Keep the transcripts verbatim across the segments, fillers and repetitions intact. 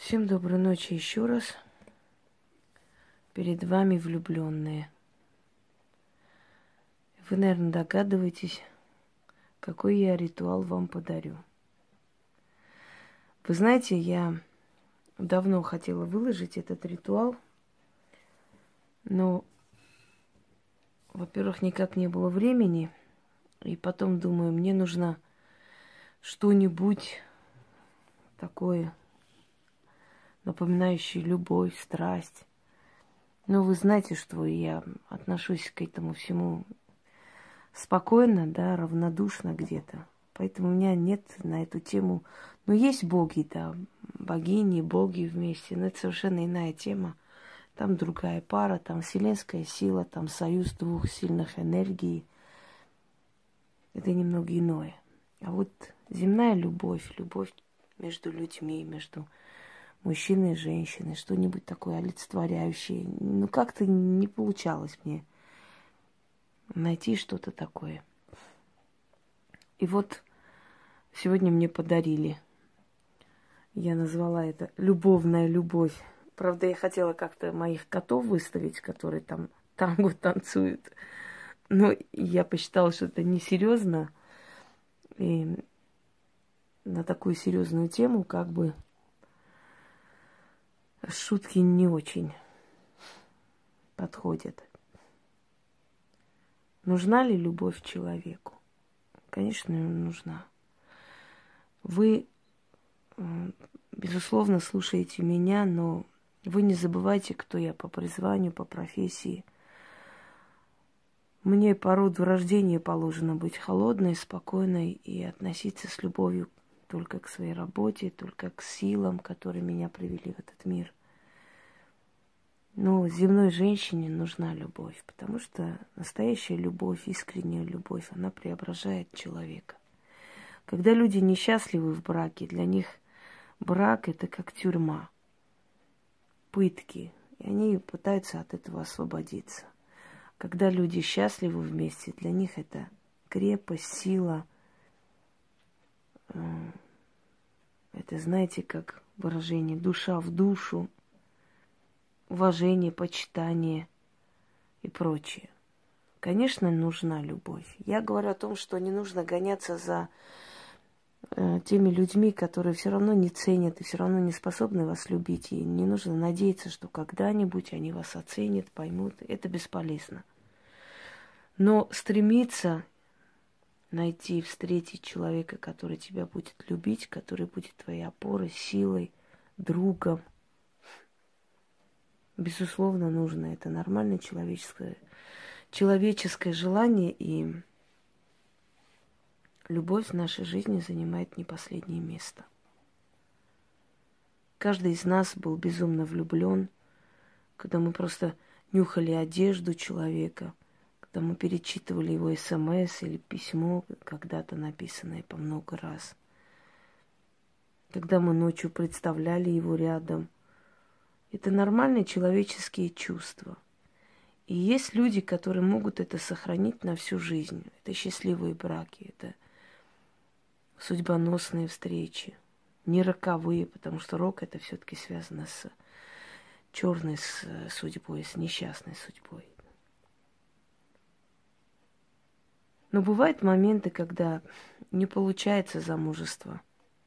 Всем доброй ночи еще раз. Перед вами влюбленные. Вы, наверное, догадываетесь, какой я ритуал вам подарю. Вы знаете, я давно хотела выложить этот ритуал, но, во-первых, никак не было времени, и потом думаю, мне нужно что-нибудь такое, напоминающее любовь, страсть. Но вы знаете, что я отношусь к этому всему спокойно, да, равнодушно где-то. Поэтому у меня нет на эту тему... Ну, есть боги, да, богини, боги вместе, но это совершенно иная тема. Там другая пара, там вселенская сила, там союз двух сильных энергий. Это немного иное. А вот земная любовь, любовь между людьми, между мужчиной и женщиной, что-нибудь такое олицетворяющее. Ну, как-то не получалось мне найти что-то такое. И вот сегодня мне подарили. Я назвала это «Любовная любовь». Правда, я хотела как-то моих котов выставить, которые там танго танцуют. Но я посчитала, что это несерьезно. И на такую серьезную тему как бы шутки не очень подходят. Нужна ли любовь человеку? Конечно, нужна. Вы, безусловно, слушаете меня, но вы не забывайте, кто я по призванию, по профессии. Мне по роду рождения положено быть холодной, спокойной и относиться с любовью только к своей работе, только к силам, которые меня привели в этот мир. Но земной женщине нужна любовь, потому что настоящая любовь, искренняя любовь, она преображает человека. Когда люди несчастливы в браке, для них брак – это как тюрьма, пытки, и они пытаются от этого освободиться. Когда люди счастливы вместе, для них это крепость, сила. Это, знаете, как выражение «душа в душу», уважение, почитание и прочее. Конечно, нужна любовь. Я говорю о том, что не нужно гоняться за э, теми людьми, которые все равно не ценят и все равно не способны вас любить. И не нужно надеяться, что когда-нибудь они вас оценят, поймут. Это бесполезно. Но стремиться найти, встретить человека, который тебя будет любить, который будет твоей опорой, силой, другом, безусловно, нужно. Это нормальное человеческое, человеческое желание, и любовь в нашей жизни занимает не последнее место. Каждый из нас был безумно влюблен, когда мы просто нюхали одежду человека, когда мы перечитывали его смс или письмо, когда-то написанное по много раз, когда мы ночью представляли его рядом. Это нормальные человеческие чувства. И есть люди, которые могут это сохранить на всю жизнь. Это счастливые браки, это судьбоносные встречи, не роковые, потому что рок это все-таки связано с черной судьбой, с несчастной судьбой. Но бывают моменты, когда не получается замужество.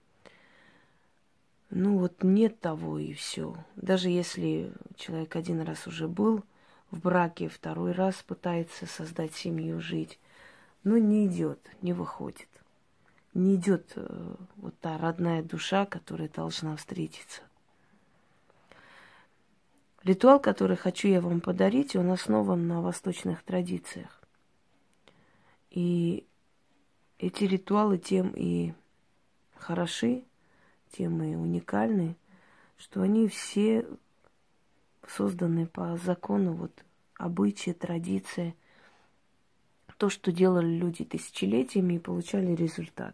Ну вот нет того и все. Даже если человек один раз уже был в браке, второй раз пытается создать семью, жить, но не идет, не выходит. Не идет э, вот та родная душа, которая должна встретиться. Ритуал, который хочу я вам подарить, он основан на восточных традициях. И эти ритуалы тем и хороши, тем и уникальны, что они все созданы по закону вот обычаи, традиции, то, что делали люди тысячелетиями и получали результат.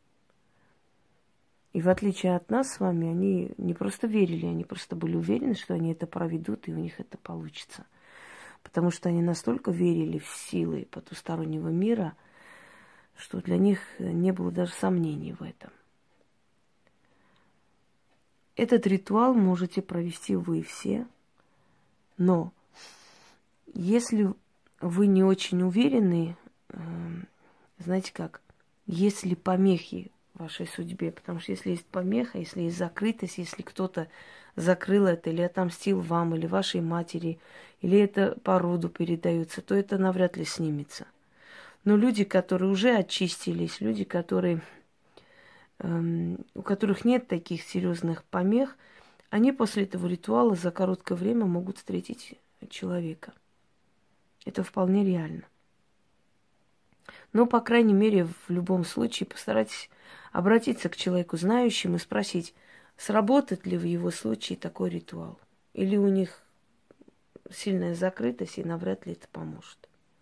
И в отличие от нас с вами, они не просто верили, они просто были уверены, что они это проведут, и у них это получится. Потому что они настолько верили в силы потустороннего мира, что для них не было даже сомнений в этом. Этот ритуал можете провести вы все, но если вы не очень уверены, знаете как, если помехи в вашей судьбе, потому что если есть помеха, если есть закрытость, если кто-то закрыл это или отомстил вам, или вашей матери, или это по роду передается, то это навряд ли снимется. Но люди, которые уже очистились, люди, которые, эм, у которых нет таких серьезных помех, они после этого ритуала за короткое время могут встретить человека. Это вполне реально. Но, по крайней мере, в любом случае постарайтесь обратиться к человеку знающему и спросить, сработает ли в его случае такой ритуал. Или у них сильная закрытость, и навряд ли это поможет.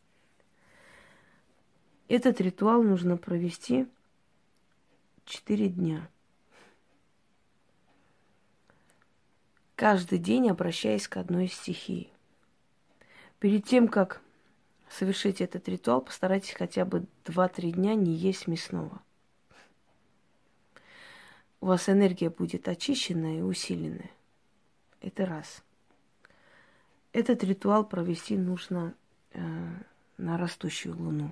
Этот ритуал нужно провести четыре дня. Каждый день обращаясь к одной из стихий. Перед тем, как совершить этот ритуал, постарайтесь хотя бы два-три дня не есть мясного. У вас энергия будет очищенная и усиленная. Это раз. Этот ритуал провести нужно э, на растущую луну.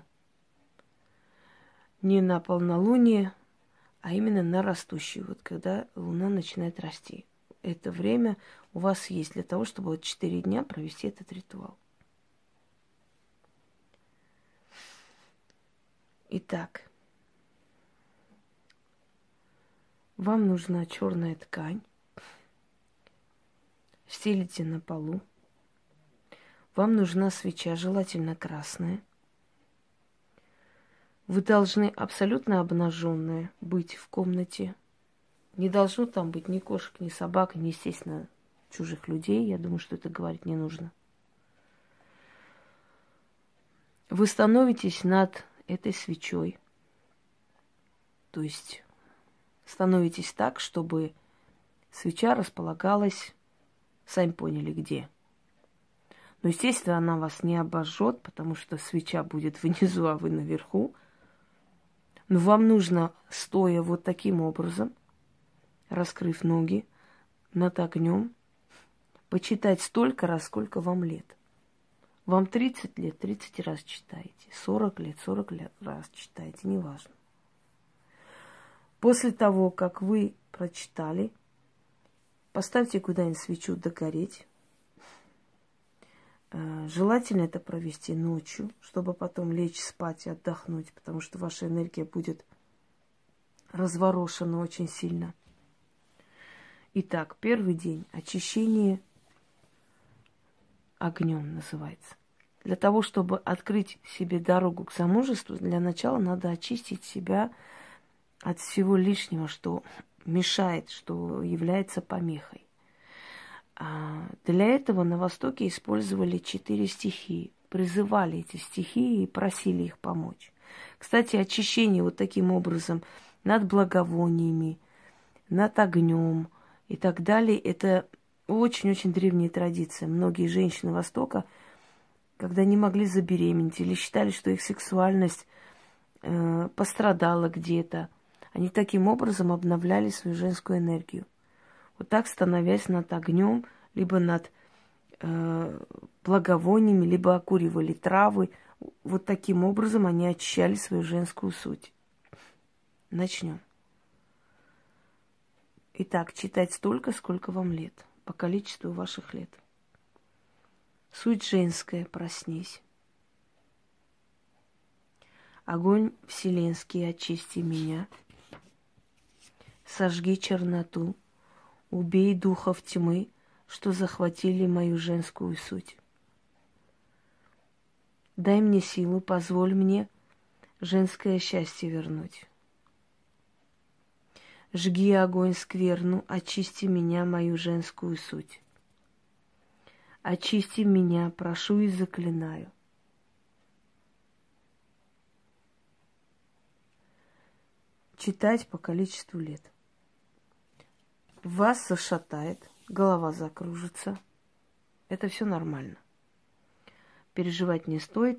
Не на полнолуние, а именно на растущую, вот когда луна начинает расти. Это время у вас есть для того, чтобы вот четыре дня провести этот ритуал. Итак, вам нужна черная ткань. Стелите на полу. Вам нужна свеча, желательно красная. Вы должны абсолютно обнаженная быть в комнате. Не должно там быть ни кошек, ни собак, ни, естественно, чужих людей. Я думаю, что это говорить не нужно. Вы становитесь над этой свечой. То есть становитесь так, чтобы свеча располагалась, сами поняли, где. Но, естественно, она вас не обожжет, потому что свеча будет внизу, а вы наверху. Но вам нужно, стоя вот таким образом, раскрыв ноги над огнем, почитать столько раз, сколько вам лет. Вам тридцать лет, тридцать раз читаете. сорок лет, сорок раз читаете, неважно. После того, как вы прочитали, поставьте куда-нибудь свечу догореть. Желательно это провести ночью, чтобы потом лечь спать и отдохнуть, потому что ваша энергия будет разворошена очень сильно. Итак, первый день – очищение огнем называется. Для того, чтобы открыть себе дорогу к замужеству, для начала надо очистить себя от всего лишнего, что мешает, что является помехой. А для этого на Востоке использовали четыре стихии, призывали эти стихии и просили их помочь. Кстати, очищение вот таким образом над благовониями, над огнем и так далее, это очень-очень древняя традиция. Многие женщины Востока, когда не могли забеременеть или считали, что их сексуальность э, пострадала где-то, они таким образом обновляли свою женскую энергию. Вот так, становясь над огнем, либо над э, благовониями, либо окуривали травы. Вот таким образом они очищали свою женскую суть. Начнем. Итак, читать столько, сколько вам лет, по количеству ваших лет. Суть женская, проснись. Огонь вселенский, очисти меня. Сожги черноту. Убей духов тьмы, что захватили мою женскую суть. Дай мне силу, позволь мне женское счастье вернуть. Жги огонь скверну, очисти меня, мою женскую суть. Очисти меня, прошу и заклинаю. Читать по количеству лет. Вас зашатает, голова закружится. Это все нормально. Переживать не стоит.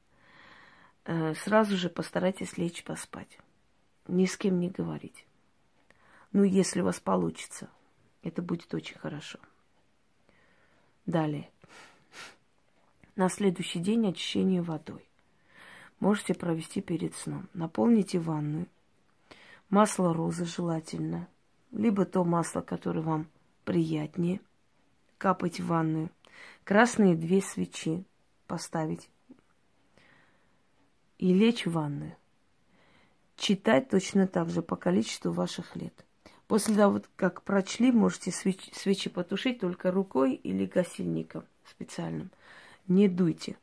Сразу же постарайтесь лечь поспать. Ни с кем не говорить. Ну, если у вас получится. Это будет очень хорошо. Далее. На следующий день очищение водой. Можете провести перед сном. Наполните ванную. Масло розы желательно. Либо то масло, которое вам приятнее. Капать в ванную. Красные две свечи поставить. И лечь в ванную. Читать точно так же по количеству ваших лет. После того, как прочли, можете свечи, свечи потушить только рукой или гасильником специальным. Не дуйте.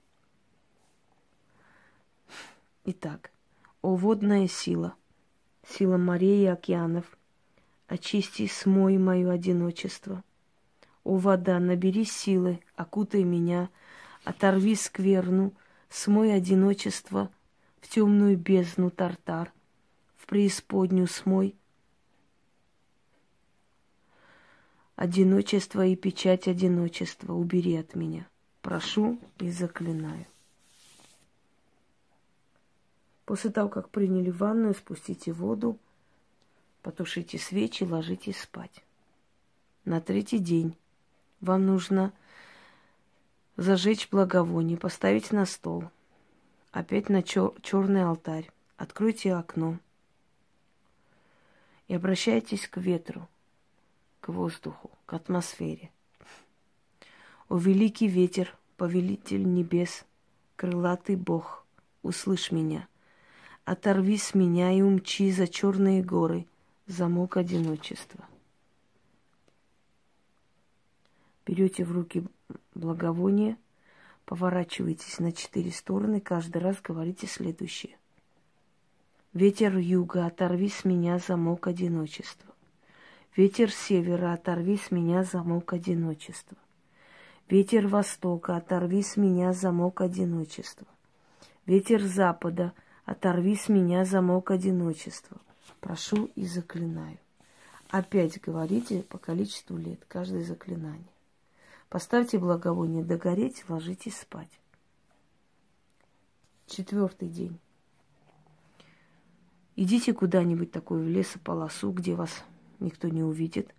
Итак, о водная сила, сила морей и океанов, очисти, смой мое одиночество. О вода, набери силы, окутай меня, оторви скверну, смой одиночество в темную бездну тартар, в преисподнюю смой одиночество и печать одиночества убери от меня. Прошу и заклинаю. После того, как приняли ванную, спустите воду, потушите свечи, ложитесь спать. На третий день вам нужно зажечь благовоние, поставить на стол, опять на чер- черный алтарь. Откройте окно и обращайтесь к ветру, к воздуху, к атмосфере. О великий ветер, повелитель небес, крылатый Бог, услышь меня. Оторви с меня и умчи за черные горы, замок одиночества. Берете в руки благовоние, поворачиваетесь на четыре стороны, каждый раз говорите следующее. Ветер юга, оторви с меня замок одиночества. Ветер севера, оторви с меня замок одиночества. Ветер востока, оторви с меня замок одиночества. Ветер запада, оторви с меня замок одиночества. Прошу и заклинаю. Опять говорите по количеству лет каждое заклинание. Поставьте благовоние догореть, ложитесь спать. Четвертый день. Идите куда-нибудь такую в лесополосу, где вас никто не увидит.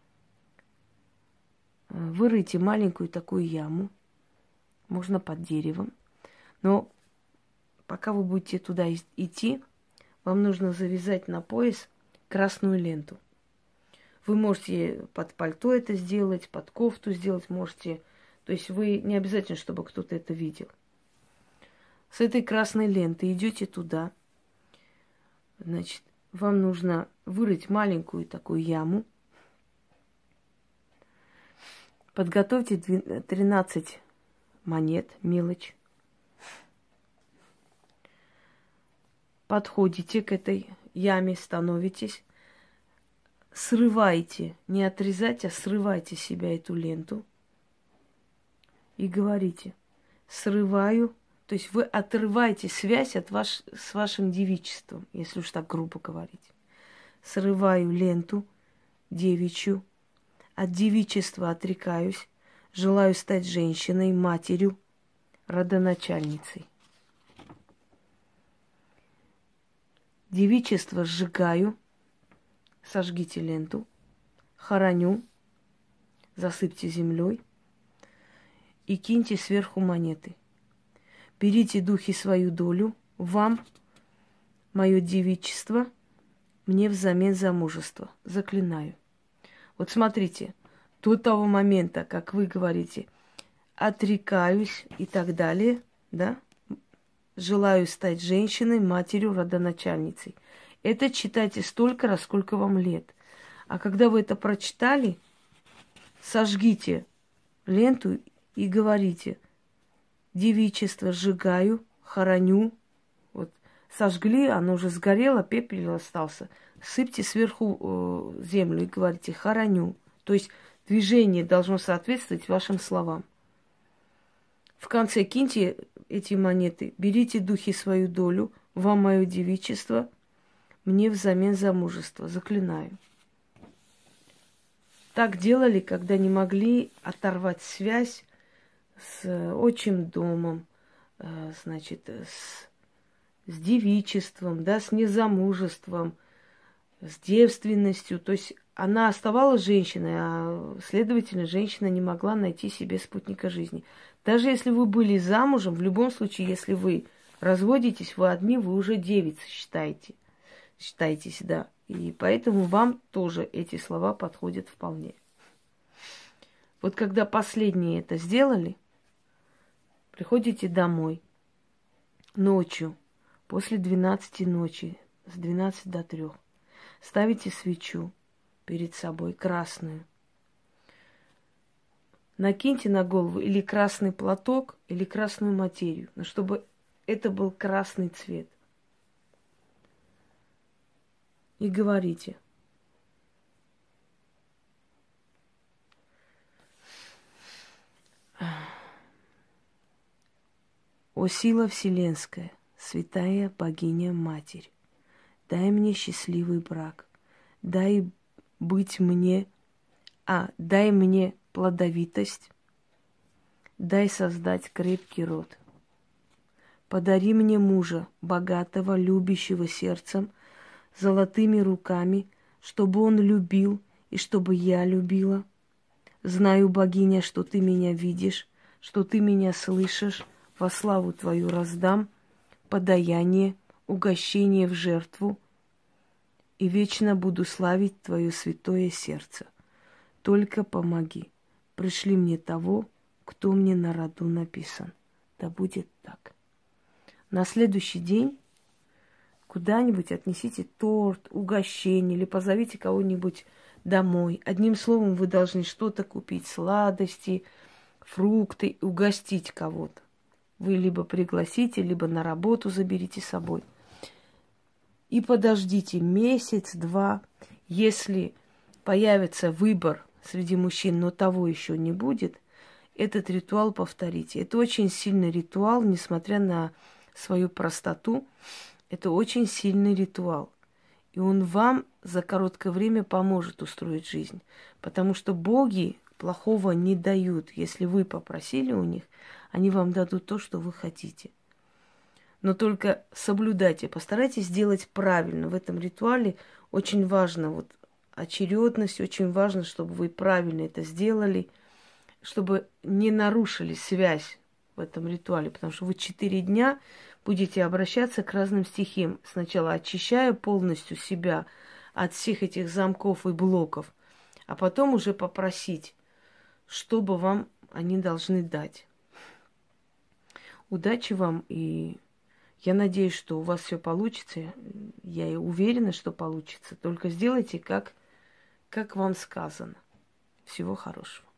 Вырыйте маленькую такую яму. Можно под деревом. Но пока вы будете туда идти, вам нужно завязать на пояс красную ленту. Вы можете под пальто это сделать, под кофту сделать можете. То есть вы не обязательно, чтобы кто-то это видел. С этой красной лентой идете туда. Значит, вам нужно вырыть маленькую такую яму. Подготовьте тринадцать монет, мелочь. Подходите к этой яме, становитесь. Срывайте, не отрезайте, а срывайте с себя эту ленту. И говорите, срываю. То есть вы отрываете связь от ваш, с вашим девичеством, если уж так грубо говорить. Срываю ленту девичью, от девичества отрекаюсь, желаю стать женщиной, матерью, родоначальницей. Девичество сжигаю, сожгите ленту, хороню, засыпьте землей и киньте сверху монеты. Берите, духи, свою долю, вам мое девичество, мне взамен замужество. Заклинаю. Вот смотрите, до того момента, как вы говорите, отрекаюсь и так далее, да, желаю стать женщиной, матерью, родоначальницей. Это читайте столько раз, сколько вам лет. А когда вы это прочитали, сожгите ленту и говорите: девичество сжигаю, хороню. Вот сожгли, оно уже сгорело, пепел остался. Сыпьте сверху э, землю и говорите: хороню. То есть движение должно соответствовать вашим словам. В конце киньте эти монеты, берите, духи, свою долю, вам мое девичество, мне взамен замужество. Заклинаю. Так делали, когда не могли оторвать связь с отчим домом, значит, с, с девичеством, да, с незамужеством, с девственностью. То есть она оставалась женщиной, а, следовательно, женщина не могла найти себе спутника жизни. Даже если вы были замужем, в любом случае, если вы разводитесь, вы одни, вы уже девицы считаете. Считаетесь, да. И поэтому вам тоже эти слова подходят вполне. Вот когда последние это сделали, приходите домой ночью, после двенадцати ночи, с двенадцати до трех, ставите свечу перед собой, красную. Накиньте на голову или красный платок, или красную материю, но чтобы это был красный цвет. И говорите: «О сила вселенская, святая богиня-матерь, дай мне счастливый брак, дай быть мне, а, дай мне плодовитость, дай создать крепкий род. Подари мне мужа, богатого, любящего сердцем, золотыми руками, чтобы он любил и чтобы я любила. Знаю, богиня, что ты меня видишь, что ты меня слышишь, во славу твою раздам подаяние, угощение в жертву, и вечно буду славить твое святое сердце. Только помоги, пришли мне того, кто мне на роду написан. Да будет так». На следующий день куда-нибудь отнесите торт, угощение или позовите кого-нибудь домой. Одним словом, вы должны что-то купить, сладости, фрукты, угостить кого-то. Вы либо пригласите, либо на работу заберите с собой. И подождите месяц-два. Если появится выбор среди мужчин, но того еще не будет, этот ритуал повторите. Это очень сильный ритуал, несмотря на свою простоту. Это очень сильный ритуал. И он вам за короткое время поможет устроить жизнь. Потому что боги плохого не дают. Если вы попросили у них, они вам дадут то, что вы хотите. Но только соблюдайте, постарайтесь сделать правильно. В этом ритуале очень важно вот очередность, очень важно, чтобы вы правильно это сделали, чтобы не нарушили связь в этом ритуале, потому что вы четыре дня будете обращаться к разным стихиям. Сначала очищая полностью себя от всех этих замков и блоков, а потом уже попросить, чтобы вам они должны дать. Удачи вам, и я надеюсь, что у вас все получится. Я и уверена, что получится. Только сделайте, как, как вам сказано. Всего хорошего.